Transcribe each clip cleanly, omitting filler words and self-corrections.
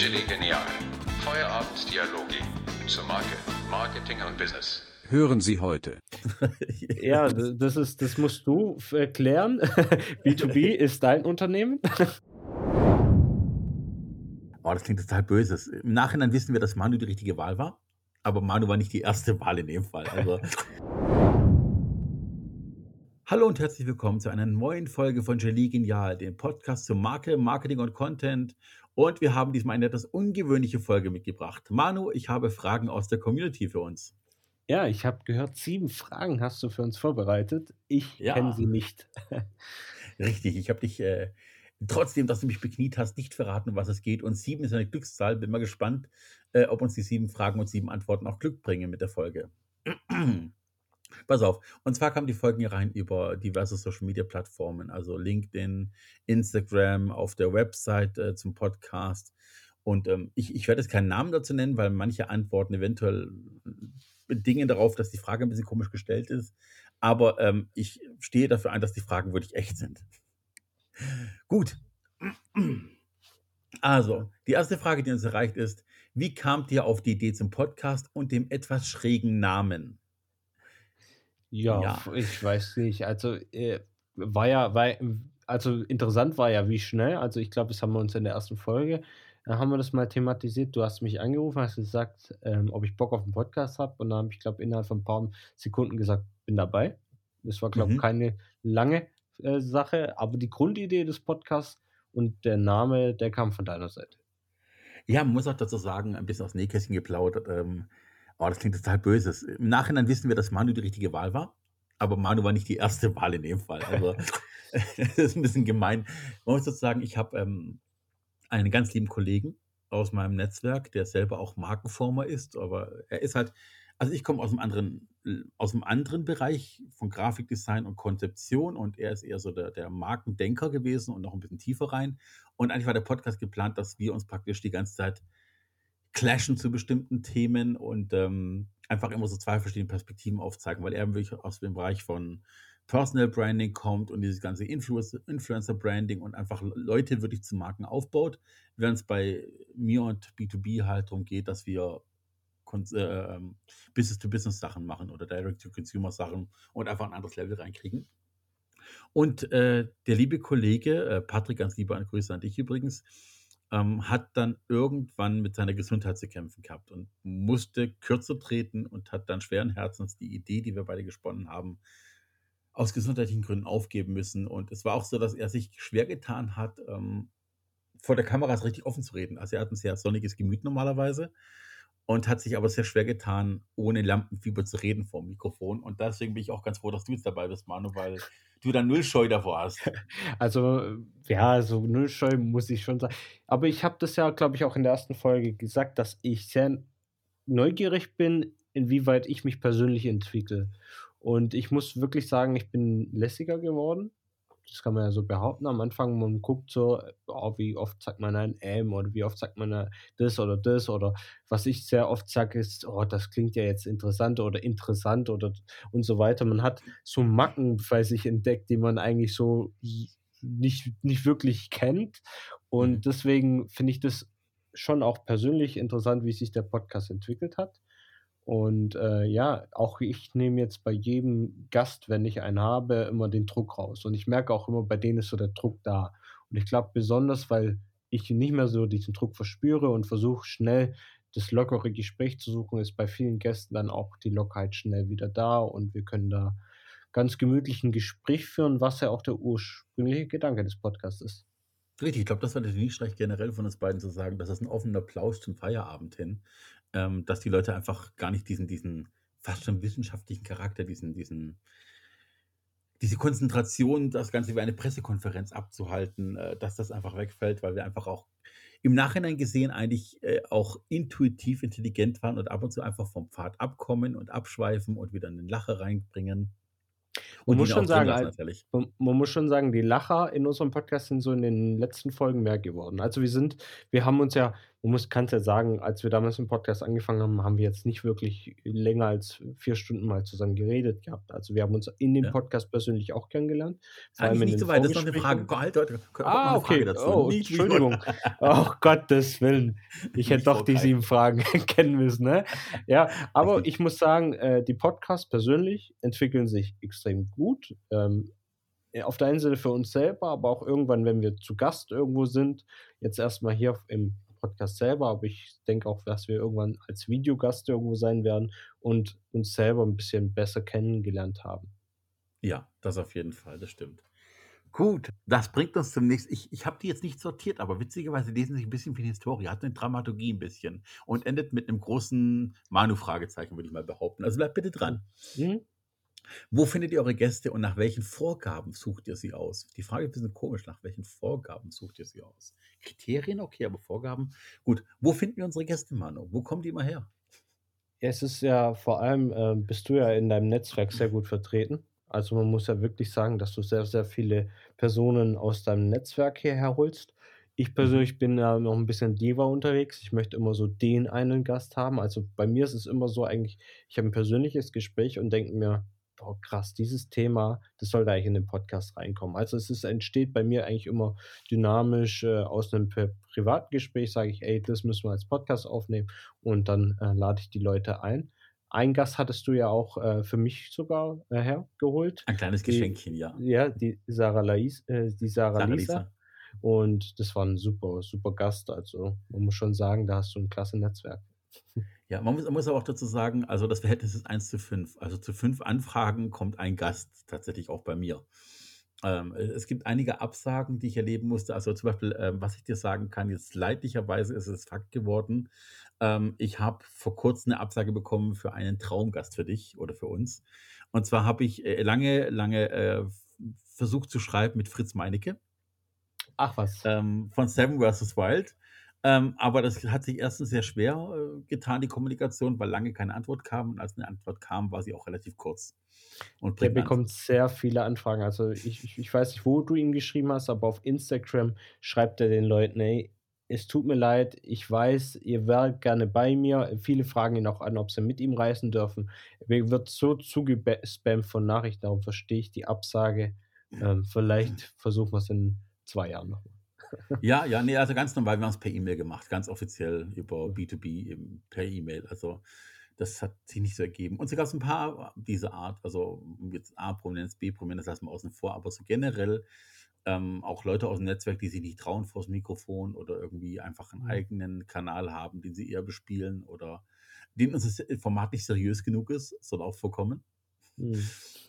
Chili Genial. Feierabenddialoge zur Marke, Marketing und Business. Hören Sie heute. Ja, das musst du erklären. B2B ist dein Unternehmen. Oh, das klingt total böse. Im Nachhinein wissen wir, dass Manu die richtige Wahl war, aber Manu war nicht die erste Wahl in dem Fall. Also hallo und herzlich willkommen zu einer neuen Folge von Chili Genial, dem Podcast zur Marke, Marketing und Content. Und wir haben diesmal eine etwas ungewöhnliche Folge mitgebracht. Manu, ich habe Fragen aus der Community für uns. Ja, ich habe gehört, 7 Fragen hast du für uns vorbereitet. Ich kenne Ja, sie nicht. richtig. Ich habe dich, trotzdem, dass du mich bekniet hast, nicht verraten, um was es geht. Und 7 ist eine Glückszahl. Bin mal gespannt, ob uns die 7 Fragen und 7 Antworten auch Glück bringen mit der Folge. Pass auf. Und zwar kamen die Folgen hier rein über diverse Social-Media-Plattformen, also LinkedIn, Instagram, auf der Website zum Podcast. Und ich werde jetzt keinen Namen dazu nennen, weil manche Antworten eventuell bedingen darauf, dass die Frage ein bisschen komisch gestellt ist. Aber ich stehe dafür ein, dass die Fragen wirklich echt sind. Gut. Also, die erste Frage, die uns erreicht, ist: Wie kamt ihr auf die Idee zum Podcast und dem etwas schrägen Namen? Ja, Ja. ich weiß nicht. Also, interessant war ja, wie schnell. Also, ich glaube, das haben wir uns in der ersten Folge haben wir das mal thematisiert. Du hast mich angerufen, hast gesagt, ob ich Bock auf 'n Podcast habe, und dann habe ich, glaube, innerhalb von 'n paar Sekunden gesagt: „Bin dabei." Das war, glaube, Mhm. keine lange, Sache, aber die Grundidee des Podcasts und der Name, der kam von deiner Seite. Ja, man muss auch dazu sagen, ein bisschen aus dem Nähkästchen geplaudert. Das klingt total böse. Im Nachhinein wissen wir, dass Manu die richtige Wahl war, aber Manu war nicht die erste Wahl in dem Fall. Also, das ist ein bisschen gemein. Man muss dazu sagen, ich habe einen ganz lieben Kollegen aus meinem Netzwerk, der selber auch Markenformer ist, aber er ist halt, also ich komme aus dem anderen Bereich von Grafikdesign und Konzeption, und er ist eher so der Markendenker gewesen und noch ein bisschen tiefer rein. Und eigentlich war der Podcast geplant, dass wir uns praktisch die ganze Zeit clashen zu bestimmten Themen und einfach immer so zwei verschiedene Perspektiven aufzeigen, weil er wirklich aus dem Bereich von Personal Branding kommt und dieses ganze Influencer Branding und einfach Leute wirklich zu Marken aufbaut, während es bei mir und B2B halt darum geht, dass wir Business-to-Business-Sachen machen oder Direct-to-Consumer-Sachen und einfach ein anderes Level reinkriegen. Und der liebe Kollege, Patrick, ganz liebe Grüße an dich übrigens, hat dann irgendwann mit seiner Gesundheit zu kämpfen gehabt und musste kürzer treten und hat dann schweren Herzens die Idee, die wir beide gesponnen haben, aus gesundheitlichen Gründen aufgeben müssen. Und es war auch so, dass er sich schwer getan hat, vor der Kamera so richtig offen zu reden. Also er hat ein sehr sonniges Gemüt normalerweise und hat sich aber sehr schwer getan, ohne Lampenfieber zu reden vor dem Mikrofon. Und deswegen bin ich auch ganz froh, dass du jetzt dabei bist, Manu, weil du da null Scheu davor hast. Also, ja, so null Scheu muss ich schon sagen. Aber ich habe das ja, glaube ich, auch in der ersten Folge gesagt, dass ich sehr neugierig bin, inwieweit ich mich persönlich entwickle. Und ich muss wirklich sagen, ich bin lässiger geworden. Das kann man ja so behaupten. Am Anfang, man guckt so, oh, wie oft sagt man ein oder wie oft sagt man das oder das, oder was ich sehr oft sage, ist, oh, das klingt ja jetzt interessant oder und so weiter. Man hat so Macken bei sich entdeckt, die man eigentlich so nicht wirklich kennt. Mhm. Und deswegen finde ich das schon auch persönlich interessant, wie sich der Podcast entwickelt hat. Und, ja, auch ich nehme jetzt bei jedem Gast, wenn ich einen habe, immer den Druck raus. Und ich merke auch immer, bei denen ist so der Druck da. Und ich glaube besonders, weil ich nicht mehr so diesen Druck verspüre und versuche schnell das lockere Gespräch zu suchen, ist bei vielen Gästen dann auch die Lockerheit schnell wieder da, und wir können da ganz gemütlich 'n Gespräch führen, was ja auch der ursprüngliche Gedanke des Podcasts ist. Richtig, ich glaube, das war natürlich nicht schlecht, generell von uns beiden zu sagen, das ist ein offener Applaus zum Feierabend hin, dass die Leute einfach gar nicht diesen fast schon wissenschaftlichen Charakter, diese Konzentration, das Ganze wie eine Pressekonferenz abzuhalten, dass das einfach wegfällt, weil wir einfach auch im Nachhinein gesehen eigentlich auch intuitiv intelligent waren und ab und zu einfach vom Pfad abkommen und abschweifen und wieder einen Lacher reinbringen Man und muss ihn auch schon drin sagen, lassen natürlich. man muss schon sagen, die Lacher in unserem Podcast sind so in den letzten Folgen mehr geworden. Also, wir haben uns ja kannst ja sagen, als wir damals im Podcast angefangen haben, haben wir jetzt nicht wirklich länger als 4 Stunden mal zusammen geredet gehabt. Also, wir haben uns in dem Ja. Podcast persönlich auch kennengelernt, vor allem Eigentlich in nicht den so weit, das ist noch eine Frage. Vorgesprächen. Halt, Leute, kommt noch Ah, eine Frage okay. dazu. Oh, Nicht mich Entschuldigung. Oh, Gottes Willen. Ich hätte nicht doch die 7 vorgreifen. Fragen kennen müssen, ne? Ja, aber Richtig. ich muss sagen, die Podcasts persönlich entwickeln sich extrem gut. Auf der einen Seite für uns selber, aber auch irgendwann, wenn wir zu Gast irgendwo sind. Jetzt erst mal hier im Podcast selber, aber ich denke auch, dass wir irgendwann als Videogast irgendwo sein werden und uns selber 'n bisschen besser kennengelernt haben. Ja, das auf jeden Fall, das stimmt. Gut, das bringt uns zum nächsten. Ich habe die jetzt nicht sortiert, aber witzigerweise lesen sich ein bisschen wie eine Historie, hat eine Dramaturgie ein bisschen und endet mit einem großen Manu-Fragezeichen, würde ich mal behaupten. Also bleibt bitte Mhm. dran. Mhm. Wo findet ihr eure Gäste und nach welchen Vorgaben sucht ihr sie aus? Die Frage ist ein bisschen komisch. Nach welchen Vorgaben sucht ihr sie aus? Kriterien, okay, aber Vorgaben? Gut. Wo finden wir unsere Gäste, Manu? Wo kommen die immer her? Ja, es ist ja vor allem, bist du ja in deinem Netzwerk sehr gut vertreten. Also, man muss ja wirklich sagen, dass du sehr, sehr viele Personen aus deinem Netzwerk hierher holst. Ich Mhm. persönlich bin ja noch ein bisschen Diva unterwegs. Ich möchte immer so den einen Gast haben. Also, bei mir ist es immer so eigentlich, ich habe ein persönliches Gespräch und denke mir: „Boah, krass, dieses Thema, das sollte eigentlich in den Podcast reinkommen.“ Also, entsteht bei mir eigentlich immer dynamisch, aus einem Privatgespräch sage ich: „Ey, das müssen wir als Podcast aufnehmen.“ Und dann, lade ich die Leute ein. Einen Gast hattest du ja auch, für mich sogar, hergeholt, Ein kleines die Geschenkchen, ja. die Sarah Sarah Lisa. Lisa. Und das war 'n super, super Gast. Also, man muss schon sagen, da hast du 'n klasse Netzwerk. Ja, man muss aber auch dazu sagen, also das Verhältnis ist 1:5. Also zu 5 Anfragen kommt ein Gast tatsächlich auch bei mir. Es gibt einige Absagen, die ich erleben musste. Also zum Beispiel, was ich dir sagen kann, jetzt leidlicherweise ist es Fakt geworden. Ich habe vor Kurzem eine Absage bekommen für einen Traumgast für dich oder für uns. Und zwar habe ich, lange, lange, versucht zu schreiben mit Fritz Meinecke, Ach was. von Seven vs. Wild. Aber das hat sich erstens sehr schwer getan, die Kommunikation, weil lange keine Antwort kam. Und als eine Antwort kam, war sie auch relativ kurz und Der prägnant. bekommt sehr viele Anfragen. Also, ich weiß nicht, wo du ihm geschrieben hast, aber auf Instagram schreibt er den Leuten: „Ey, es tut mir leid, ich weiß, ihr wärt gerne bei mir.“ Viele fragen ihn auch an, ob sie mit ihm reisen dürfen. Er wird so zugespammt von Nachrichten, darum verstehe ich die Absage. Vielleicht versuchen wir's in 2 Jahren noch mal. Ja, ja, ne, also ganz normal, wir haben's per E-Mail gemacht, ganz offiziell über Mhm. B2B per E-Mail. Also, das hat sich nicht so ergeben. Und so gab's 'n paar dieser Art, also jetzt A-Prominenz, B-Prominenz lassen wir außen vor, aber so generell, auch Leute aus'm Netzwerk, die sich nicht trauen vors Mikrofon oder irgendwie einfach 'n Mhm. eigenen Kanal haben, den sie eher bespielen oder denen unser Format nicht seriös genug ist, soll auch vorkommen. Mhm.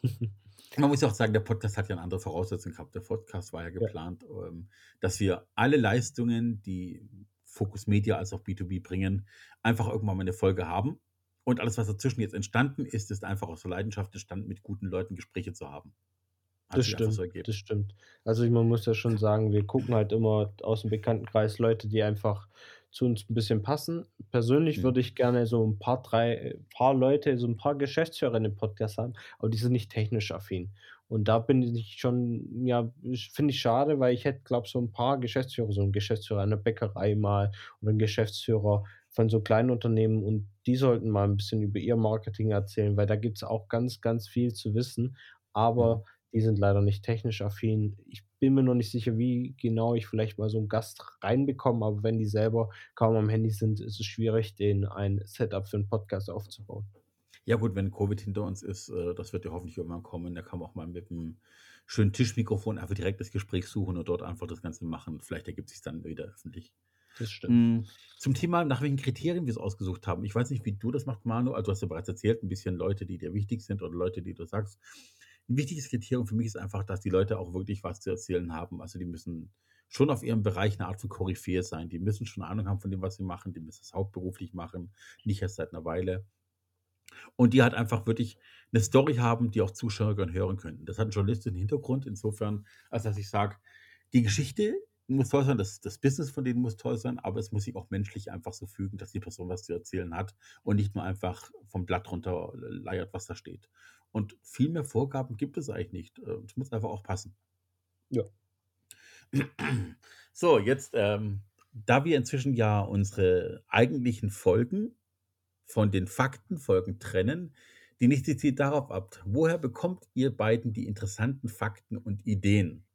Man muss ja auch sagen, der Podcast hat ja 'ne andere Voraussetzung gehabt. Der Podcast war ja Ja, geplant, dass wir alle Leistungen, die Focus Media als auch B2B bringen, einfach irgendwann mal in der Folge haben. Und alles, was dazwischen jetzt entstanden ist, ist einfach aus der Leidenschaft entstanden, mit guten Leuten Gespräche zu haben. Hat das sich einfach stimmt, so ergeben. das stimmt. Also, man muss ja schon sagen, wir gucken halt immer aus'm Bekanntenkreis Leute, die einfach zu uns 'n bisschen passen. Persönlich Mhm. würde ich gerne so 'n paar Leute, so 'n paar Geschäftsführer in dem Podcast haben, aber die sind nicht technisch affin. Und da bin ich schon, ja, finde ich schade, weil ich hätte, glaube, so 'n paar Geschäftsführer, so 'n Geschäftsführer einer Bäckerei mal oder 'n Geschäftsführer von so kleinen Unternehmen, und die sollten mal 'n bisschen über ihr Marketing erzählen, weil da gibt's auch ganz, ganz viel zu wissen. Mhm. Aber die sind leider nicht technisch affin. Ich bin mir noch nicht sicher, wie genau ich vielleicht mal so 'n Gast reinbekomme, aber wenn die selber kaum am Handy sind, ist es schwierig, denen ein Setup für 'n Podcast aufzubauen. Ja gut, wenn Covid hinter uns ist, das wird ja hoffentlich irgendwann kommen, da kann man auch mal mit 'm schönen Tischmikrofon einfach direkt das Gespräch suchen und dort einfach das Ganze machen. Vielleicht ergibt sich's dann wieder öffentlich. Das stimmt. Zum Thema, nach welchen Kriterien wir es ausgesucht haben. Ich weiß nicht, wie du das machst, Manu. Also, du hast ja bereits erzählt, ein bisschen Leute, die dir wichtig sind oder Leute, die du sagst. Ein wichtiges Kriterium für mich ist einfach, dass die Leute auch wirklich was zu erzählen haben. Also, die müssen schon auf ihrem Bereich eine Art von Koryphäe sein. Die müssen schon Ahnung haben von dem, was sie machen. Die müssen es hauptberuflich machen, nicht erst seit einer Weile. Und die halt einfach wirklich eine Story haben, die auch Zuschauer gern hören könnten. Das hat 'n journalistischen Hintergrund insofern, als dass ich sage, die Geschichte muss toll sein, das Business von denen muss toll sein, aber es muss sich auch menschlich einfach so fügen, dass die Person was zu erzählen hat und nicht nur einfach vom Blatt runter leiert, was da steht. Und viel mehr Vorgaben gibt es eigentlich nicht. Es muss einfach auch passen. Ja. So, jetzt, da wir inzwischen ja unsere eigentlichen Folgen von den Faktenfolgen trennen, die nächste zielt darauf ab: Woher bekommt ihr beiden die interessanten Fakten und Ideen?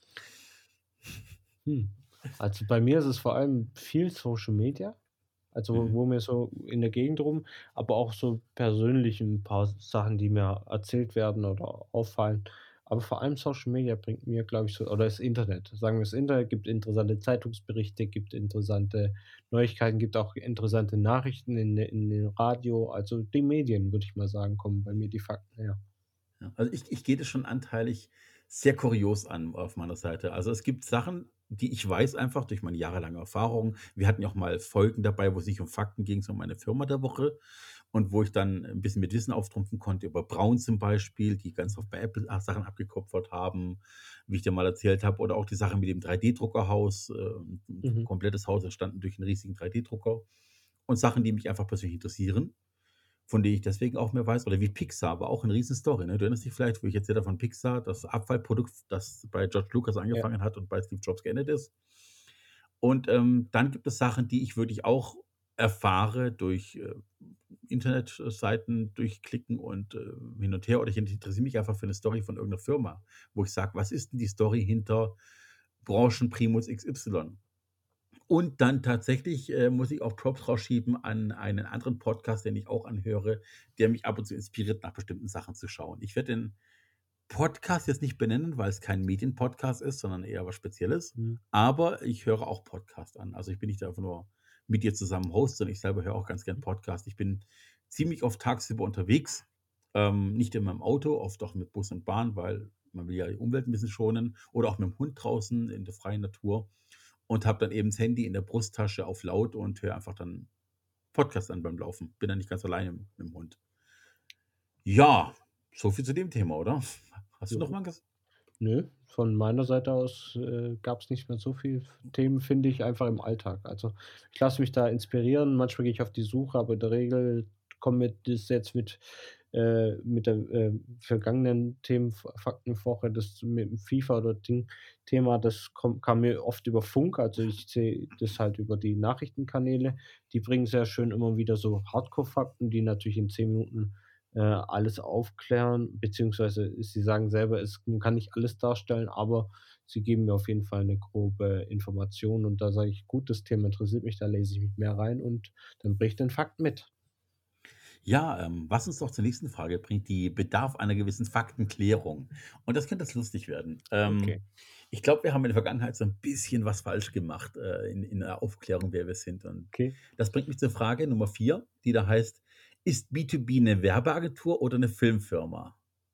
Hm. Also, bei mir ist es vor allem viel Social Media, also, wo Mhm. wo mir so in der Gegend rum, aber auch so persönlich 'n paar Sachen, die mir erzählt werden oder auffallen. Aber vor allem Social Media bringt mir, glaube ich, so, oder das Internet. Sagen wir, das Internet gibt interessante Zeitungsberichte, gibt interessante Neuigkeiten, gibt auch interessante Nachrichten in den Radio. Also, die Medien, würde ich mal sagen, kommen bei mir die Fakten her. Ja, also ich gehe das schon anteilig sehr kurios an auf meiner Seite. Also, es gibt Sachen, die ich weiß einfach durch meine jahrelange Erfahrung. Wir hatten ja auch mal Folgen dabei, wo es nicht um Fakten ging, sondern um meine Firma der Woche und wo ich dann ein bisschen mit Wissen auftrumpfen konnte über Braun zum Beispiel, die ganz oft bei Apple Sachen abgekupfert haben, wie ich dir mal erzählt habe, oder auch die Sache mit dem 3D-Druckerhaus. 'N Mhm. komplettes Haus entstanden durch einen riesigen 3D-Drucker und Sachen, die mich einfach persönlich interessieren, von denen ich deswegen auch mehr weiß, oder wie Pixar, war auch 'ne Riesenstory, ne? Du erinnerst dich vielleicht, wo ich erzählt habe von Pixar, das Abfallprodukt, das bei George Lucas Ja. angefangen hat und bei Steve Jobs geendet ist. Und, dann gibt es Sachen, die ich wirklich auch erfahre durch, Internetseiten durchklicken und, hin und her, oder ich interessiere mich einfach für 'ne Story von irgend 'ner Firma, wo ich sage: „Was ist denn die Story hinter Branchenprimus XY?“ Und dann tatsächlich, muss ich auch Props rausschieben an einen anderen Podcast, den ich auch anhöre, der mich ab und zu inspiriert, nach bestimmten Sachen zu schauen. Ich werde den Podcast jetzt nicht benennen, weil es kein Medienpodcast ist, sondern eher was Spezielles, Mhm. aber ich höre auch Podcast an. Also, ich bin nicht einfach nur mit dir zusammen Host, sondern ich selber höre auch ganz gern Podcast. Ich bin ziemlich oft tagsüber unterwegs, nicht in meinem Auto, oft auch mit Bus und Bahn, weil man will ja die Umwelt ein bisschen schonen, oder auch mit dem Hund draußen in der freien Natur, und habe dann eben das Handy in der Brusttasche auf laut und höre einfach dann Podcast an beim Laufen. Bin dann nicht ganz alleine mit dem Hund. Ja, so viel zu dem Thema, oder? Hast du noch Jo. mal was? Nö, von meiner Seite aus, gab es nicht mehr so viel Themen, finde ich, einfach im Alltag. Also, ich lasse mich da inspirieren, manchmal gehe ich auf die Suche, aber in der Regel kommt mir das jetzt mit der, vergangenen Themen Faktenwoche, das mit dem FIFA oder Thema, das kam mir oft über Funk. Also, ich sehe das halt über die Nachrichtenkanäle. Die bringen sehr schön immer wieder so Hardcore-Fakten, die natürlich in 10 Minuten alles aufklären, beziehungsweise sie sagen selber, man kann nicht alles darstellen, aber sie geben mir auf jeden Fall eine grobe Information, und da sage ich: „Gut, das Thema interessiert mich, da lese ich mich mehr rein und dann bringe ich den Fakt mit.“ Ja, was uns doch zur nächsten Frage bringt, die bedarf einer gewissen Faktenklärung. Und das könnte jetzt lustig werden. Okay. Ich glaube, wir haben in der Vergangenheit so ein bisschen was falsch gemacht, in der Aufklärung, wer wir sind. Und Okay. das bringt mich zur Frage Nummer 4, die da heißt: Ist B2B eine Werbeagentur oder eine Filmfirma?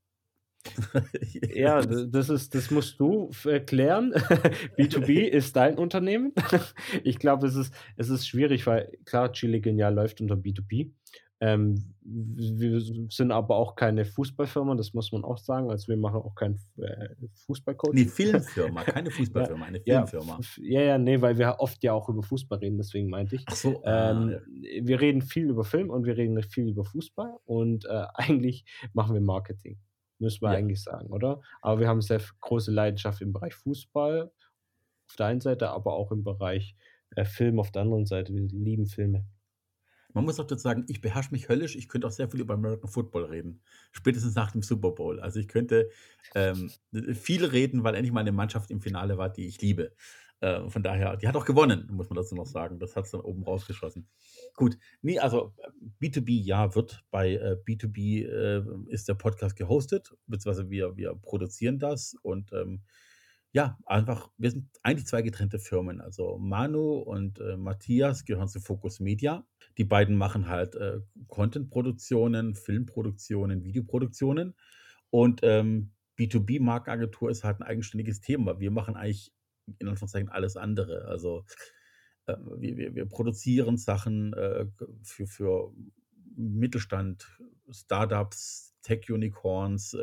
Ja, das musst du klären. B2B ist dein Unternehmen. Ich glaube, es ist schwierig, weil klar, Chile Genial läuft unter B2B. Wir sind aber auch keine Fußballfirma, das muss man auch sagen. Also, wir machen auch kein Ne, Fußballcoaching. Filmfirma, keine Ja, Fußballfirma, eine ja, Filmfirma. ja, ne, weil wir oft ja auch über Fußball reden, deswegen meinte ich. Ach so, ja. Wir reden viel über Film und wir reden viel über Fußball, und, eigentlich machen wir Marketing, müssen wir Ja. eigentlich sagen, oder? Aber wir haben sehr große Leidenschaft im Bereich Fußball auf der einen Seite, aber auch im Bereich, Film auf der anderen Seite. Wir lieben Filme. Man muss auch dazu sagen, ich beherrsche mich höllisch. Ich könnte auch sehr viel über American Football reden, spätestens nach dem Super Bowl. Also, ich könnte, viel reden, weil endlich mal 'ne Mannschaft im Finale war, die ich liebe. Von daher, die hat auch gewonnen, muss man dazu noch sagen. Das hat's dann oben rausgeschossen. Gut, ne, also, B2B, ja, wird bei, B2B, ist der Podcast gehostet, beziehungsweise wir produzieren das und, ja, einfach, wir sind eigentlich 2 getrennte Firmen. Also, Manu und, Matthias gehören zu Focus Media. Die beiden machen halt, Content-Produktionen, Filmproduktionen, Videoproduktionen, und, B2B-Markenagentur ist halt ein eigenständiges Thema. Wir machen eigentlich in Anführungszeichen alles andere. Also, wir produzieren Sachen, für Mittelstand, Startups, Tech-Unicorns,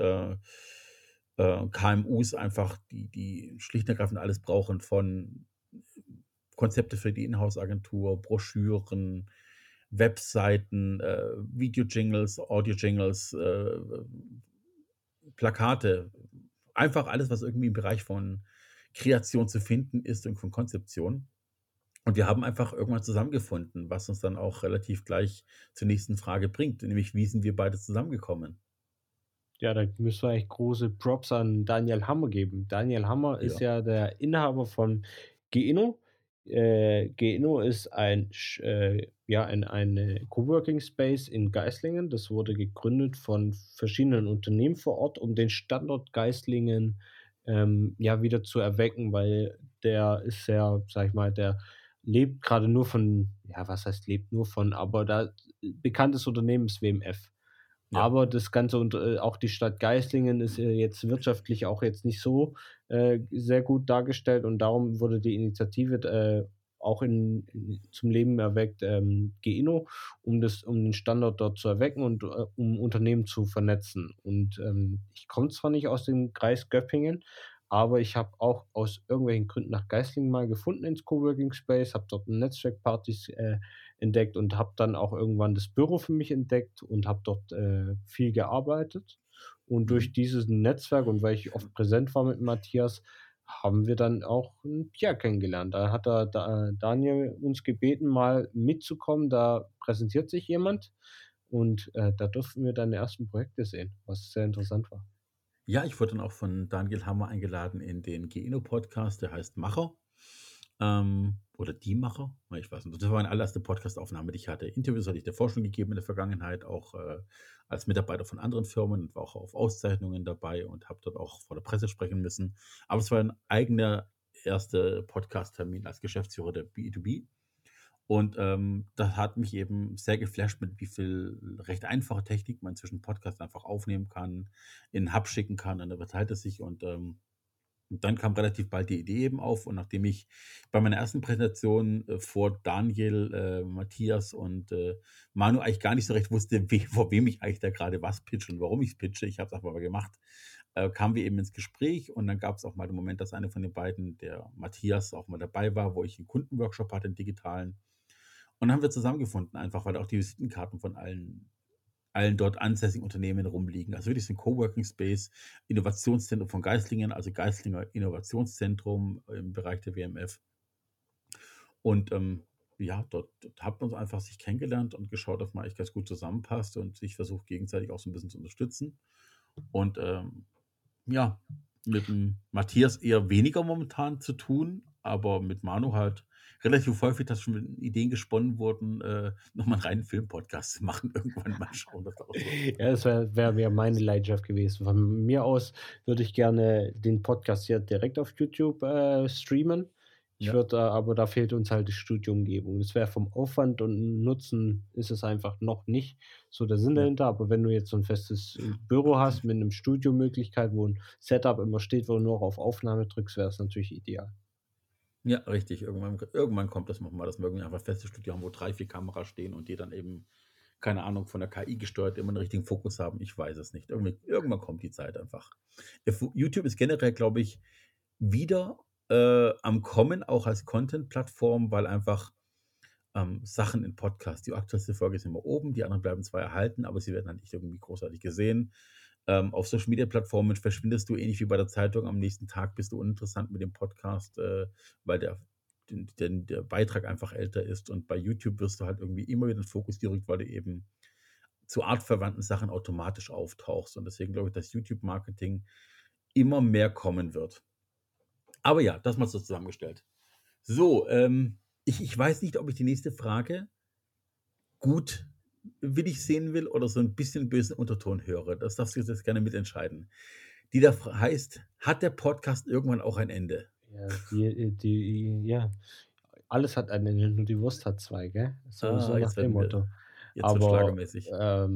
KMUs einfach, die schlicht und ergreifend alles brauchen, von Konzepte für die Inhouse-Agentur, Broschüren, Webseiten, Video-Jingles, Audio-Jingles, Plakate. Einfach alles, was irgendwie im Bereich von Kreation zu finden ist und von Konzeption. Und wir haben einfach irgendwann zusammengefunden, was uns dann auch relativ gleich zur nächsten Frage bringt, nämlich wie sind wir beide zusammengekommen? Ja, da müssen wir eigentlich große Props an Daniel Hammer geben. Daniel Hammer ist Ja. ja der Inhaber von Geinno. Geinno ist ein Coworking Space in Geislingen. Das wurde gegründet von verschiedenen Unternehmen vor Ort, um den Standort Geislingen, ja, wieder zu erwecken, weil der ist sehr, sage ich mal, der lebt gerade nur von, ja, was heißt lebt nur von, aber da bekanntes Unternehmen ist WMF. Ja. Aber das Ganze und, auch die Stadt Geislingen ist, jetzt wirtschaftlich auch jetzt nicht so, sehr gut dargestellt, und darum wurde die Initiative, auch zum Leben erweckt, GEINNO, um den Standort dort zu erwecken und, um Unternehmen zu vernetzen. Und, ich komme zwar nicht aus dem Kreis Göppingen, aber ich habe auch aus irgendwelchen Gründen nach Geislingen mal gefunden ins Coworking Space, habe dort Netzwerkpartys, entdeckt und habe dann auch irgendwann das Büro für mich entdeckt und habe dort, viel gearbeitet. Und durch Mhm. dieses Netzwerk und weil ich oft präsent war mit Matthias, haben wir dann auch 'n Pierre kennengelernt. Da hat Daniel uns gebeten, mal mitzukommen. Da präsentiert sich jemand, und, da durften wir dann die ersten Projekte sehen, was sehr interessant war. Ja, ich wurde dann auch von Daniel Hammer eingeladen in den Geno-Podcast, der heißt Macher. Oder Die Macher, ich weiß nicht. Das war meine allererste Podcast-Aufnahme, die ich hatte. Interviews hatte ich davor schon gegeben in der Vergangenheit, auch als Mitarbeiter von anderen Firmen und war auch auf Auszeichnungen dabei und habe dort auch vor der Presse sprechen müssen. Aber es war ein eigener erster Podcast-Termin als Geschäftsführer der B2B. Und das hat mich eben sehr geflasht, mit wie viel recht einfache Technik man zwischen Podcasts einfach aufnehmen kann, in 'n Hub schicken kann, und dann verteilt es sich. Und dann kam relativ bald die Idee eben auf. Und nachdem ich bei meiner ersten Präsentation vor Daniel, Matthias und Manu eigentlich gar nicht so recht wusste, vor wem ich eigentlich da gerade was pitche und warum ich es pitche, ich habe es einfach mal gemacht, kamen wir eben ins Gespräch. Und dann gab es auch mal den Moment, dass einer von den beiden, der Matthias, auch mal dabei war, wo ich einen Kundenworkshop hatte, 'n digitalen. Und dann haben wir zusammengefunden einfach, weil auch die Visitenkarten von allen dort ansässigen Unternehmen rumliegen. Also wirklich so 'n Coworking Space, Innovationszentrum von Geislingen, also Geislinger Innovationszentrum im Bereich der WMF. Und ja, dort hat man so einfach sich kennengelernt und geschaut, dass man eigentlich ganz gut zusammenpasst und sich versucht, gegenseitig auch so ein bisschen zu unterstützen. Und ja, mit dem Matthias eher weniger momentan zu tun, aber mit Manu halt relativ häufig, dass schon Ideen gesponnen wurden, noch mal 'n reinen Filmpodcast zu machen irgendwann mal schauen, was daraus wird. Ja, das wäre meine Leidenschaft gewesen. Von mir aus würde ich gerne den Podcast hier direkt auf YouTube, streamen. Ich Ja. würde aber da fehlt uns halt die Studioumgebung. Das wäre vom Aufwand und Nutzen ist es einfach noch nicht so der Sinn Ja. dahinter. Aber wenn du jetzt so 'n festes, Büro hast mit 'nem Studiomöglichkeit, wo 'n Setup immer steht, wo du nur auf Aufnahme drückst, wäre es natürlich ideal. Ja, richtig. Irgendwann kommt das noch mal, dass wir irgendwie einfach feste Studio haben, wo 3, 4 Kameras stehen und die dann eben, keine Ahnung, von der KI gesteuert immer 'n richtigen Fokus haben. Ich weiß es nicht. Irgendwann kommt die Zeit einfach. YouTube ist generell, glaube ich, wieder, am Kommen, auch als Content-Plattform, weil einfach, Sachen in Podcasts, die aktuellste Folge ist immer oben, die anderen bleiben zwar erhalten, aber sie werden halt nicht irgendwie großartig gesehen. Auf Social-Media-Plattformen verschwindest du ähnlich wie bei der Zeitung. Am nächsten Tag bist du uninteressant mit dem Podcast, weil der Beitrag einfach älter ist. Und bei YouTube wirst du halt irgendwie immer wieder in den Fokus gerückt, weil du eben zu artverwandten Sachen automatisch auftauchst. Und deswegen glaube ich, dass YouTube-Marketing immer mehr kommen wird. Aber ja, das mal so zusammengestellt. So, ich weiß nicht, ob ich die nächste Frage gut willig sehen will oder so ein bisschen bösen Unterton höre. Das darfst du jetzt gerne mitentscheiden. Die da heißt: „Hat der Podcast irgendwann auch ein Ende?“ Ja, ja, alles hat ein Ende, nur die Wurst hat 2, gell? So Ah, nach dem Motto. jetzt wird Aber, schlagermäßig.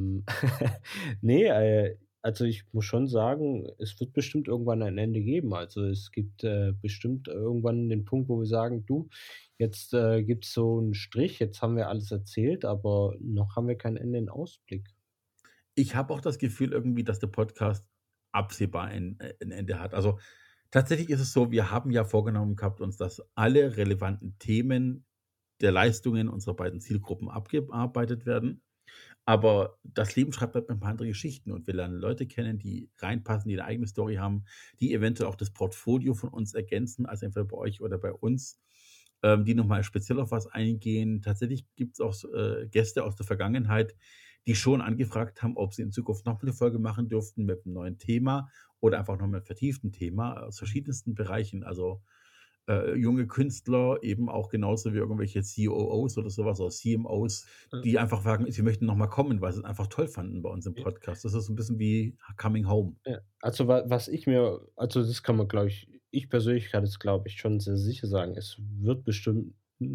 ne, also ich muss schon sagen, es wird bestimmt irgendwann ein Ende geben. Also, es gibt, bestimmt irgendwann den Punkt, wo wir sagen: „Du, jetzt, gibt's so 'n Strich, jetzt haben wir alles erzählt, aber noch haben wir kein Ende in Ausblick.“ Ich habe auch das Gefühl irgendwie, dass der Podcast absehbar ein Ende hat. Also, tatsächlich ist es so, wir haben ja vorgenommen gehabt uns, dass alle relevanten Themen der Leistungen unserer beiden Zielgruppen abgearbeitet werden. Aber das Leben schreibt halt ein paar andere Geschichten und wir lernen Leute kennen, die reinpassen, die 'ne eigene Story haben, die eventuell auch das Portfolio von uns ergänzen, also entweder bei euch oder bei uns. die nochmal speziell auf was eingehen. Tatsächlich gibt es auch Gäste aus der Vergangenheit, die schon angefragt haben, ob sie in Zukunft noch eine Folge machen dürften mit einem neuen Thema oder einfach noch mit einem vertieften Thema aus verschiedensten Bereichen. Also junge Künstler, eben auch genauso wie irgendwelche COOs oder sowas oder CMOs, Ja. die einfach sagen, sie möchten nochmal kommen, weil sie es einfach toll fanden bei uns im Ja. Podcast. Das ist so ein bisschen wie Coming Home. Ja. Also, was ich mir also, das kann man, glaube ich persönlich kann es, glaube ich, schon sehr sicher sagen. Es wird bestimmt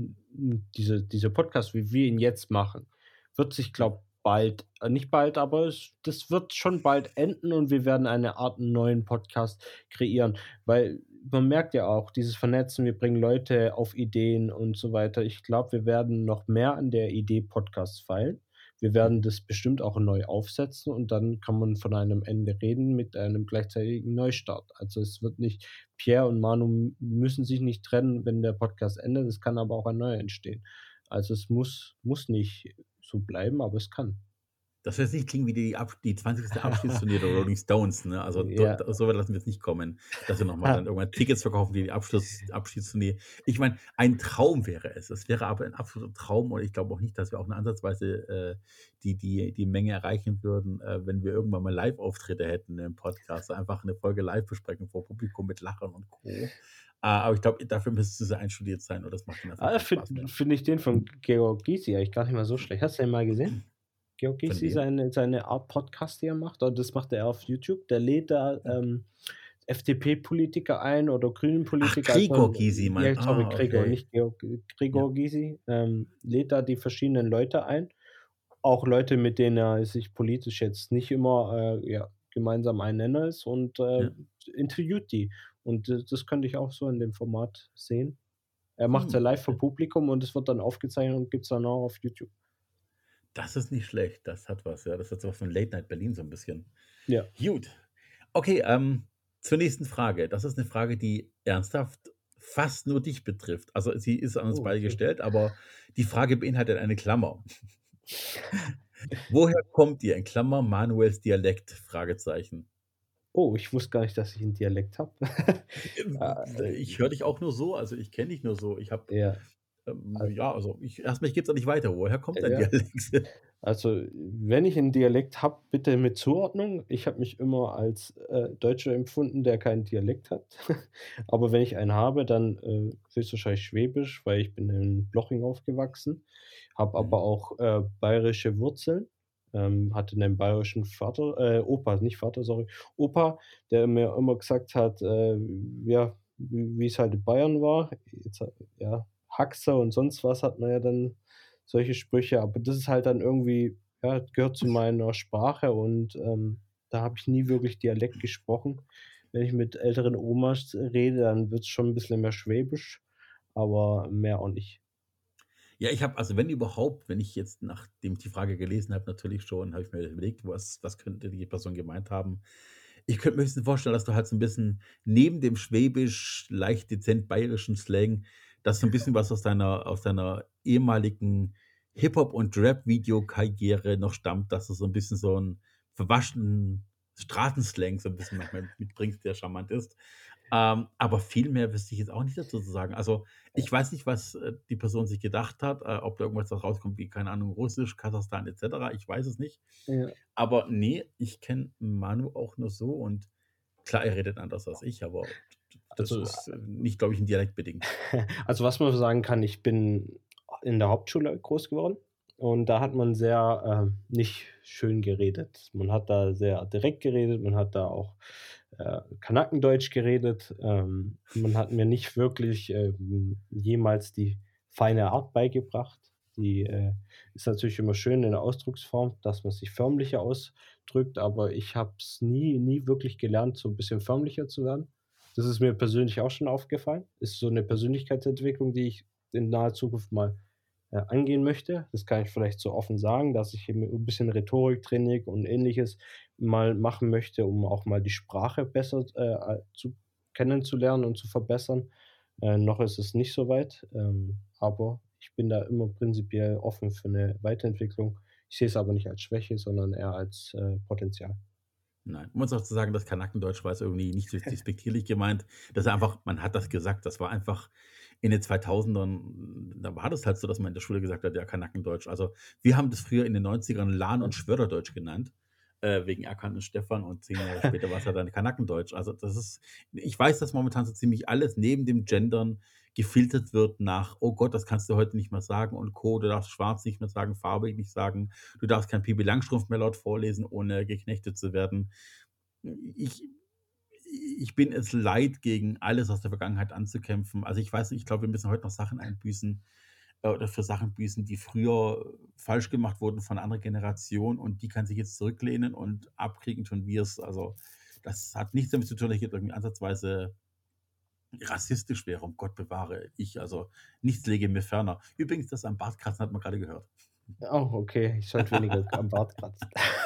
diese Podcast, wie wir ihn jetzt machen, wird sich, glaube bald nicht bald, aber das wird schon bald enden und wir werden eine Art neuen Podcast kreieren, weil man merkt ja auch dieses Vernetzen, wir bringen Leute auf Ideen und so weiter. Ich glaube, wir werden noch mehr an der Idee Podcast feilen. Wir werden das bestimmt auch neu aufsetzen und dann kann man von einem Ende reden mit einem gleichzeitigen Neustart. Also, es wird nicht Pierre und Manu müssen sich nicht trennen, wenn der Podcast endet. Es kann aber auch ein neuer entstehen. Also, es muss nicht so bleiben, aber es kann. Das soll jetzt nicht klingen wie die 20. Abschiedstournee der Rolling Stones, ne? Also, Ja. so weit lassen wir jetzt nicht kommen, dass wir nochmal dann irgendwann Tickets verkaufen für die Abschiedstournee. Ich meine, ein Traum wäre es. Es wäre aber ein absoluter Traum und ich glaube auch nicht, dass wir auch nur ansatzweise die Menge erreichen würden, wenn wir irgendwann mal Live-Auftritte hätten im Podcast. Einfach eine Folge live besprechen vor Publikum mit Lachern und Co. Aber ich glaube, dafür müsste es einstudiert sein und das macht dann einfach keinen Spaß mehr. Finde ich den von Georg Gysi eigentlich gar nicht mal so schlecht. Hast du den mal gesehen? Georg Von Gysi, wem? seine Art Podcast, die er macht, oder das macht er auf YouTube. Der lädt da FDP-Politiker ein oder Ach, Grünen-Politiker. Gregor Gysi, Ja, sorry, Gregor, okay. nicht Georg, Ja. Gregor Gysi. Lädt da die verschiedenen Leute ein. Auch Leute, mit denen er sich politisch jetzt nicht immer gemeinsam ein Nenner ist und Ja. interviewt die. Und das könnte ich auch so in dem Format sehen. Er macht's ja live vor Okay. Publikum und es wird dann aufgezeichnet und gibt's dann auch auf YouTube. Das ist nicht schlecht. Das hat was, ja. Das hat so was von Late Night Berlin so ein bisschen. Ja. Gut. Okay, zur nächsten Frage. Das ist eine Frage, die ernsthaft fast nur dich betrifft. Also, sie ist an uns Oh, beide okay. gestellt, aber die Frage beinhaltet eine Klammer. Woher kommt ihr, in Klammer, Manuels Dialekt? Fragezeichen. Oh, ich wusste gar nicht, dass ich 'n Dialekt habe. Ich höre dich auch nur so, also, ich kenne dich nur so. Ich habe, Ja, al ja, also, ich gebe es auch nicht weiter. Woher kommt dein ja. Dialekt? Also, wenn ich 'n Dialekt habe, bitte mit Zuordnung. Ich habe mich immer als, Deutscher empfunden, der keinen Dialekt hat. Aber wenn ich einen habe, dann, höchstwahrscheinlich Schwäbisch, weil ich bin in Bloching aufgewachsen, habe aber Mhm. auch, bayerische Wurzeln, hatte 'nen bayerischen Vater Opa, nicht Vater, sorry, Opa, der mir immer gesagt hat, ja, wie's halt in Bayern war. Jetzt, ja, Haxer und sonst was hat man ja dann solche Sprüche, aber das ist halt dann irgendwie ja, gehört zu meiner Sprache und, da habe ich nie wirklich Dialekt gesprochen. Wenn ich mit älteren Omas rede, dann wird's schon 'n bisschen mehr Schwäbisch, aber mehr auch nicht. Ja, ich habe also, wenn überhaupt, wenn ich jetzt, nachdem ich die Frage gelesen habe, natürlich schon, habe ich mir überlegt, was könnte die Person gemeint haben. Ich könnte mir höchstens vorstellen, dass du halt so ein bisschen neben dem Schwäbisch, leicht dezent bayerischen Slang, dass so ein bisschen was aus deiner ehemaligen Hip-Hop und Rap-Videokarriere noch stammt, dass du so ein bisschen so 'n verwaschenen Straßenslang so ein bisschen manchmal mitbringst, der charmant ist. Aber viel mehr wüsste ich jetzt auch nicht dazu zu sagen. Also, ich weiß nicht, was, die Person sich gedacht hat, ob da irgendwas da rauskommt wie, keine Ahnung, Russisch, Kasachstan et cetera. Ich weiß es nicht. Ja, Aber nee, ich kenne Manu auch nur so und klar, er redet anders als ich, aber das also ist, nicht, glaube ich, 'n Dialekt bedingt. also, was man sagen kann, ich bin in der Hauptschule groß geworden und da hat man sehr, nicht schön geredet. Man hat da sehr direkt geredet, man hat da auch, Kanakendeutsch geredet. Man hat mir nicht wirklich, jemals die feine Art beigebracht. Die, ist natürlich immer schön in der Ausdrucksform, dass man sich förmlicher ausdrückt, aber ich habe es nie wirklich gelernt, so 'n bisschen förmlicher zu werden. Das ist mir persönlich auch schon aufgefallen. Ist so 'ne Persönlichkeitsentwicklung, die ich in naher Zukunft mal, angehen möchte. Das kann ich vielleicht so offen sagen, dass ich eben 'n bisschen Rhetoriktraining und Ähnliches mal machen möchte, um auch mal die Sprache besser, zu kennenzulernen und zu verbessern. Noch ist es nicht so weit, aber ich bin da immer prinzipiell offen für 'ne Weiterentwicklung. Ich sehe es aber nicht als Schwäche, sondern eher als, Potenzial. Nein, um uns auch zu sagen, das Kanakendeutsch war jetzt irgendwie nicht so despektierlich gemeint. Das ist einfach, man hat das gesagt. Das war einfach in den 2000ern, da war das halt so, dass man in der Schule gesagt hat, ja, Kanackendeutsch. Also wir haben das früher in den 90ern Lahn- und Schwörderdeutsch genannt, wegen Erkan und Stefan, und 10 Jahre später war es ja dann Kanackendeutsch. Also ich weiß, dass momentan so ziemlich alles neben dem Gendern gefiltert wird nach, oh Gott, das kannst du heute nicht mehr sagen und Co. Du darfst schwarz nicht mehr sagen, farbig nicht sagen, du darfst kein Pipi Langstrumpf mehr laut vorlesen, ohne geknechtet zu werden. Ich, ich bin es leid, gegen alles aus der Vergangenheit anzukämpfen. Also ich weiß nicht, ich glaube, wir müssen heute noch Sachen einbüßen oder für Sachen büßen, die früher falsch gemacht wurden von einer anderen Generation, und die kann sich jetzt zurücklehnen und abkriegen tun wir es. Also das hat nichts damit zu tun, dass ich jetzt irgendwie ansatzweise rassistisch wäre, um Gott bewahre. Also nichts lege mir ferner. Übrigens, das am Bartkratzen hat man gerade gehört. Oh, okay, ich sollte weniger am Bart kratzen.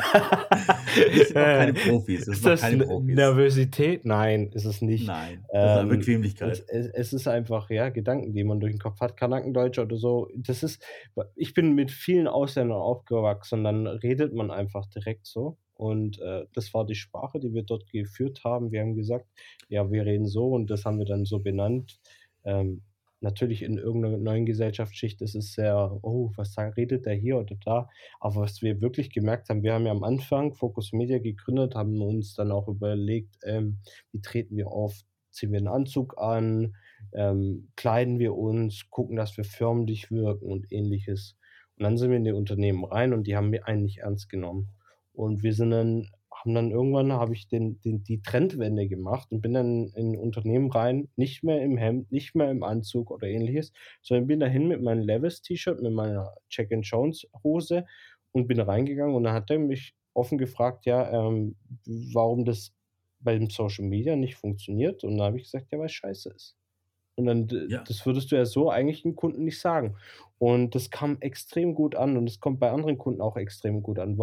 Wir sind noch keine Profis. Ist das Nervosität? Nein, ist es nicht. Nein, das ist eine Bequemlichkeit. Es ist einfach, ja, Gedanken, die man durch den Kopf hat, Kanackendeutsch oder so. Ich bin mit vielen Ausländern aufgewachsen, dann redet man einfach direkt so. Und das war die Sprache, die wir dort geführt haben. Wir haben gesagt, ja, wir reden so, und das haben wir dann so benannt. Natürlich in irgendeiner neuen Gesellschaftsschicht ist es sehr, oh, redet der hier oder da? Aber was wir wirklich gemerkt haben, wir haben ja am Anfang Focus Media gegründet, haben uns dann auch überlegt, wie treten wir auf? Ziehen wir einen Anzug an? Kleiden wir uns? Gucken, dass wir förmlich wirken und Ähnliches. Und dann sind wir in die Unternehmen rein, und die haben wir eigentlich ernst genommen. Und irgendwann habe ich die Trendwende gemacht und bin dann in Unternehmen rein, nicht mehr im Hemd, nicht mehr im Anzug oder Ähnliches, sondern bin dahin mit meinem Levi's-T-Shirt, mit meiner Jack and Jones Hose, und bin reingegangen, und dann hat er mich offen gefragt, ja, warum das beim Social Media nicht funktioniert, und dann habe ich gesagt: „Ja, weil's scheiße ist.“ Und dann Ja. das würdest du ja so eigentlich 'nem Kunden nicht sagen. Und das kam extrem gut an, und es kommt bei anderen Kunden auch extrem gut an.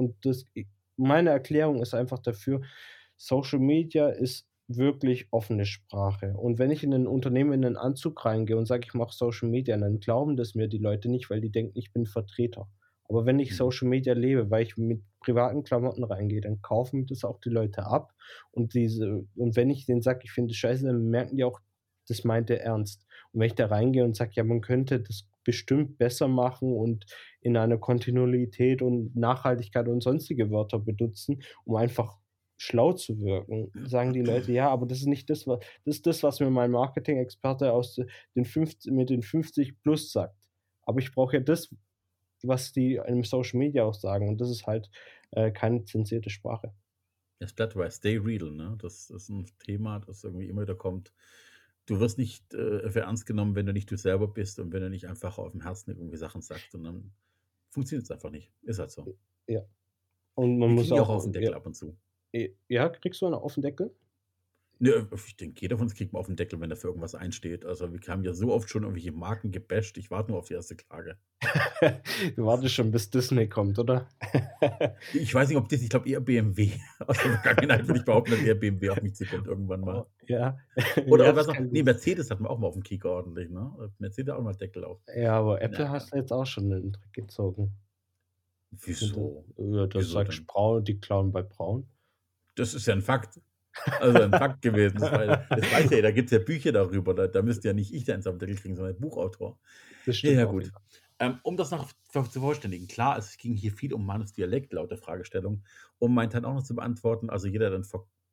Meine Erklärung ist einfach dafür: Social Media ist wirklich offene Sprache. Und wenn ich in 'nen Unternehmen in 'nen Anzug reingehe und sage, ich mache Social Media, dann glauben das mir die Leute nicht, weil die denken, ich bin Vertreter. Aber wenn ich Mhm. Social Media lebe, weil ich mit privaten Klamotten reingehe, dann kaufen das auch die Leute ab. Und wenn ich denen sage, ich finde es scheiße, dann merken die auch, das meint er ernst. Und wenn ich da reingehe und sage: „Ja, man könnte das bestimmt besser machen und in einer Kontinuität und Nachhaltigkeit und sonstige Wörter benutzen, um einfach schlau zu wirken“, sagen die Leute: „Ja, aber das ist nicht das, was mir mein Marketing-Experte mit den 50 plus sagt. Aber ich brauche ja das, was die im Social Media auch sagen, und das ist halt, keine zensierte Sprache.“ Es bleibt dabei, stay real, ne? Das ist ein Thema, das irgendwie immer wieder kommt. Du wirst nicht, für ernst genommen, wenn du nicht du selber bist und wenn du nicht einfach auf dem Herzen irgendwie Sachen sagst, und dann funktioniert es einfach nicht. Ist halt so. Ja, und man Wir muss kriegen die auch auch auf den Deckel ab und zu. ja, kriegst du einen auf 'n Deckel? Ne, ich denke, jeder von uns kriegt mal auf den Deckel, wenn er für irgendwas einsteht. Also, wir haben ja so oft schon irgendwelche Marken gebasht. Ich warte nur auf die erste Klage. Du wartest schon, bis Disney kommt, oder? Ich weiß nicht, ob das, ich glaube eher BMW. Aus der Vergangenheit würde ich behaupten, dass eher BMW auf mich zukommt irgendwann mal. Oh, ja. Oder Ja, was das noch? kann Ne, gut. Mercedes hatten wir auch mal auf dem Kieker ordentlich, ne? Mercedes hat auch mal Deckel auf. Ja, aber Apple Na ja. hast du jetzt auch schon 'nen Trick gezogen. Wieso? Ja, das Wieso sagst denn? Braun, die klauen bei Braun. Das ist ja 'n Fakt. Also, 'n Fakt gewesen. Das weiß ja, da gibt's ja Bücher darüber. Da müsste ja nicht ich da eins auf den Deckel kriegen, sondern der Buchautor. Das Ja, stimmt ja, auch gut. wieder. Um das noch zu vervollständigen. Klar, es ging hier viel um Manus Dialekt laut der Fragestellung. Um meinen Teil auch noch zu beantworten, also jeder, der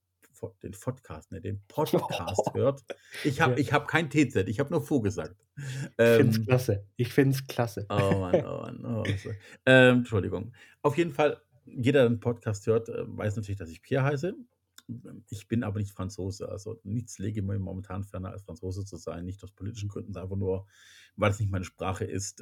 den Podcast hört. Ja, Ich habe kein TZ, ich habe nur Vo gesagt. ich finde es Ähm, klasse. Ich finde es klasse. oh Mann, oh Mann, oh, so. Entschuldigung. Auf jeden Fall, jeder, der 'n Podcast hört, weiß natürlich, dass ich Pierre heiße. Ich bin aber nicht Franzose. Also, nichts lege mir momentan ferner, als Franzose zu sein. Nicht aus politischen Gründen, einfach nur, weil es nicht meine Sprache ist.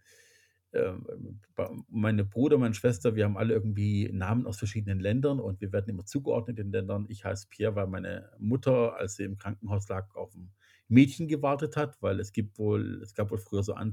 Meine Bruder, meine Schwester, wir haben alle irgendwie Namen aus verschiedenen Ländern, und wir werden immer zugeordnet in Ländern. Ich heiße Pierre, weil meine Mutter, als sie im Krankenhaus lag, auf ein Mädchen gewartet hat, weil es gab wohl früher so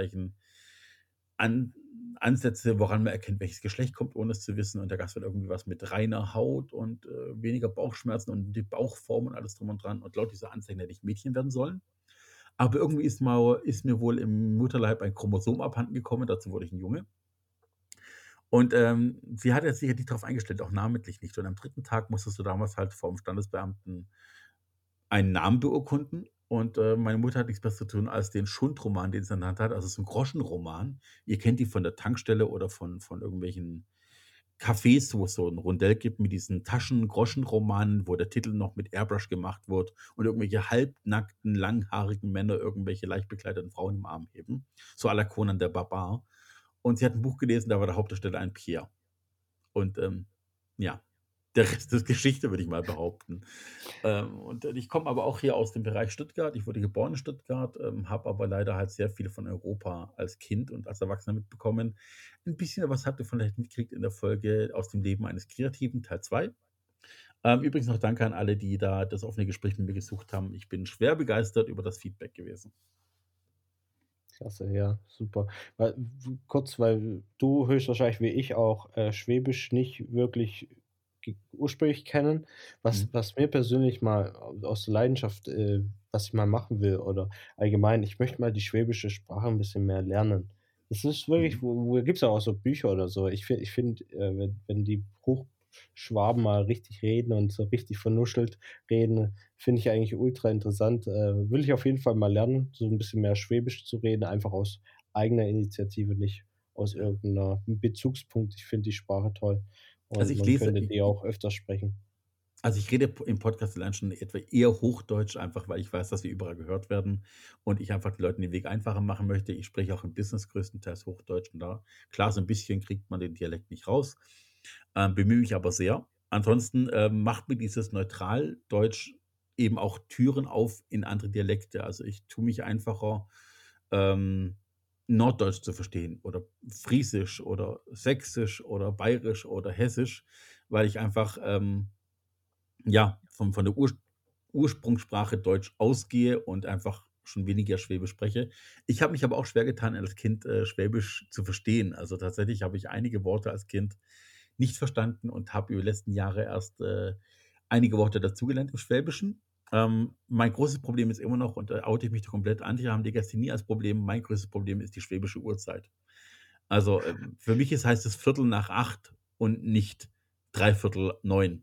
An Ansätze, woran man erkennt, welches Geschlecht kommt, ohne es zu wissen. Und da gab's dann irgendwie was mit reiner Haut und, weniger Bauchschmerzen und die Bauchform und alles drum und dran. Und laut dieser Anzeigen hätte ich Mädchen werden sollen. Aber irgendwie ist mir wohl im Mutterleib ein Chromosom abhanden gekommen, dazu wurde ich ein Junge. Und, sie hat sich halt nicht drauf eingestellt, auch namentlich nicht. Und am 3. Tag musstest du damals halt vorm Standesbeamten einen Namen beurkunden. und meine Mutter hat nichts Besseres zu tun, als den Schundroman, den sie in der Hand hat, also so ein Groschenroman. Ihr kennt die von der Tankstelle oder von irgendwelchen Cafés, wo es so ein Rondell gibt mit diesen Taschen-Groschenromanen, wo der Titel noch mit Airbrush gemacht wird und irgendwelche halbnackten, langhaarigen Männer irgendwelche leicht bekleideten Frauen im Arm heben. So à la Conan der Barbar. Und sie hat ein Buch gelesen, da war der Hauptdarsteller ein Pierre. Und ja, der Rest ist Geschichte, würde ich mal behaupten. Und ich komme aber auch hier aus dem Bereich Stuttgart. Ich wurde geboren in Stuttgart, habe aber leider halt sehr viel von Europa als Kind und als Erwachsener mitbekommen. Ein bisschen was habt ihr vielleicht mitgekriegt in der Folge aus dem Leben eines Kreativen, Teil 2. Übrigens noch danke an alle, die da das offene Gespräch mit mir gesucht haben. Ich bin schwer begeistert über das Feedback gewesen. Klasse, ja, super. Weil du höchstwahrscheinlich wie ich auch Schwäbisch nicht wirklich ursprünglich kennen. Was mir persönlich mal aus der Leidenschaft, was ich mal machen will oder allgemein, ich möchte mal die schwäbische Sprache ein bisschen mehr lernen. Das ist wirklich, Mhm. wo gibt es ja auch so Bücher oder so. Ich finde, wenn die Hochschwaben mal richtig reden und so richtig vernuschelt reden, finde ich eigentlich ultra interessant. Will ich auf jeden Fall mal lernen, so ein bisschen mehr Schwäbisch zu reden, einfach aus eigener Initiative, nicht aus Ja. irgendeiner Bezugspunkt. Ich finde die Sprache toll Also und ich man lese, könnte die auch öfter sprechen. Also ich rede im Podcast allein schon etwa eher Hochdeutsch, einfach weil ich weiß, dass wir überall gehört werden und ich einfach den Leuten den Weg einfacher machen möchte. Ich spreche auch im Business größtenteils Hochdeutsch und da, klar, so ein bisschen kriegt man den Dialekt nicht raus, bemühe mich aber sehr. Ansonsten macht mir dieses Neutraldeutsch eben auch Türen auf in andere Dialekte. Also ich tue mich einfacher, ähm, Norddeutsch zu verstehen oder Friesisch oder Sächsisch oder Bayerisch oder Hessisch, weil ich einfach ja, von der Ursprungssprache Deutsch ausgehe und einfach schon weniger Schwäbisch spreche. Ich habe mich aber auch schwer getan, als Kind, Schwäbisch zu verstehen. Also, tatsächlich habe ich einige Worte als Kind nicht verstanden und habe über die letzten Jahre erst, einige Worte dazugelernt im Schwäbischen. Mein großes Problem ist immer noch, und da oute ich mich komplett, andere haben die Gäste nie als Problem. Mein größtes Problem ist die schwäbische Uhrzeit. Also, für mich heißt es 8:15 und nicht 8:45.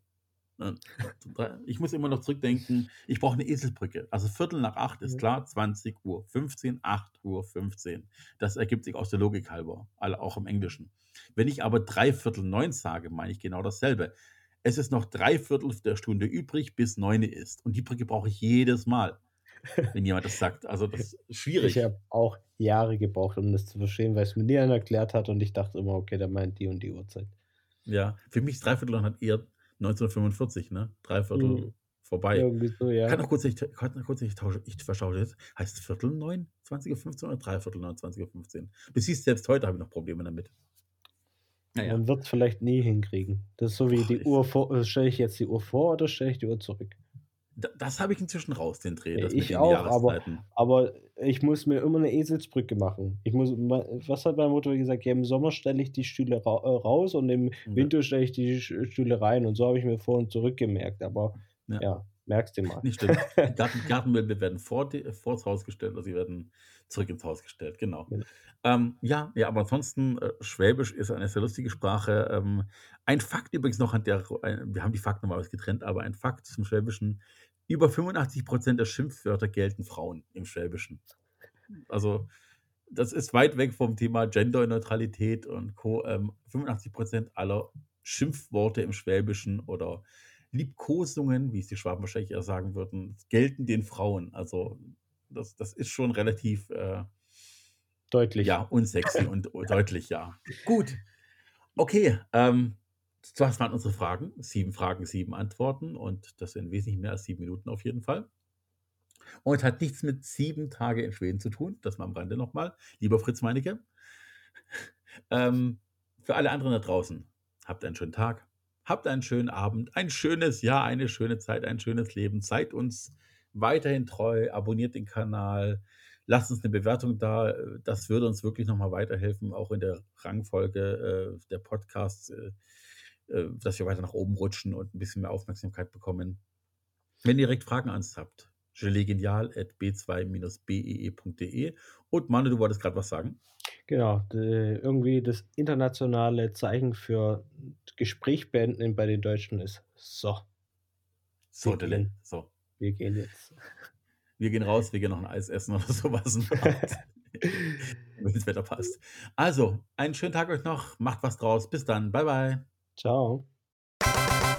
Ich muss immer noch zurückdenken, ich brauche eine Eselsbrücke. Also 8:15 ist Ja. klar, 20:15, 8:15. Das ergibt sich aus der Logik halber, auch im Englischen. Wenn ich aber 8:45 sage, meine ich genau dasselbe. Es ist noch 3/4 der Stunde übrig, bis 9 ist. Und die Brücke brauche ich jedes Mal, wenn jemand das sagt. Also das ist Ich schwierig. habe auch Jahre gebraucht, um das zu verstehen, weil es mir nie einer erklärt hat und ich dachte immer: „Okay, der meint die und die Uhrzeit." Ja, für mich ist 3/4 eher 1945, ne? 3/4 Mhm. vorbei. Irgendwie so, ja. Ich tausche, ich verschaue jetzt. Heißt es 8:45, 20:15 oder 3/4, 20:15? Du siehst, selbst heute habe ich noch Probleme damit. Naja, Man wird's vielleicht nie hinkriegen. Das ist so wie boah, die Uhr vor stelle ich jetzt die Uhr vor oder stelle ich die Uhr zurück? das habe ich inzwischen raus, den Dreh, das mit Ich den auch, aber Jahreszeiten. aber ich muss mir immer 'ne Eselsbrücke machen. Ich muss ma Was hat meine Mutter gesagt? Ja, im Sommer stelle ich die Stühle raus und im Ja, Winter stelle ich die Stühle rein und so habe ich mir vor und zurück gemerkt, aber ja, ja, merk's dir mal. nicht stimmt. Die Gartenmöbel werden vors Haus gestellt oder sie werden zurück ins Haus gestellt, genau. Genau. Ja, ja, aber ansonsten, Schwäbisch ist eine sehr lustige Sprache. Ein Fakt übrigens noch wir haben die Fakten normalerweise getrennt, aber ein Fakt zum Schwäbischen: Über 85% der Schimpfwörter gelten Frauen im Schwäbischen. Also, das ist weit weg vom Thema Genderneutralität und Co. 85% aller Schimpfworte im Schwäbischen oder Liebkosungen, wie es die Schwaben wahrscheinlich eher sagen würden, gelten den Frauen. Also, das ist schon relativ, Deutlich. ja, unsexy und deutlich, ja. Gut, okay, das waren unsere Fragen. 7 Fragen, 7 Antworten und das sind wesentlich mehr als 7 Minuten auf jeden Fall. Und hat nichts mit 7 Tage in Schweden zu tun, das mal am Rande nochmal, lieber Fritz Meinecke. Für alle anderen da draußen, habt einen schönen Tag, habt einen schönen Abend, ein schönes Jahr, eine schöne Zeit, ein schönes Leben. Seid uns weiterhin treu, abonniert den Kanal, lasst uns eine Bewertung da. Das würde uns wirklich nochmal weiterhelfen, auch in der Rangfolge der Podcasts, dass wir weiter nach oben rutschen und ein bisschen mehr Aufmerksamkeit bekommen. Wenn ihr direkt Fragen an uns habt, gelegenial@b2-bee.de. Und Manu, du wolltest gerade was sagen? Genau, irgendwie das internationale Zeichen für Gespräch beenden bei den Deutschen ist: „So, wir So, gehen so. wir gehen jetzt." Wir gehen raus, wir gehen noch ein Eis essen oder sowas in der Art, wenn das Wetter passt. Also, einen schönen Tag euch noch, macht was draus. Bis dann. Bye, bye. Ciao.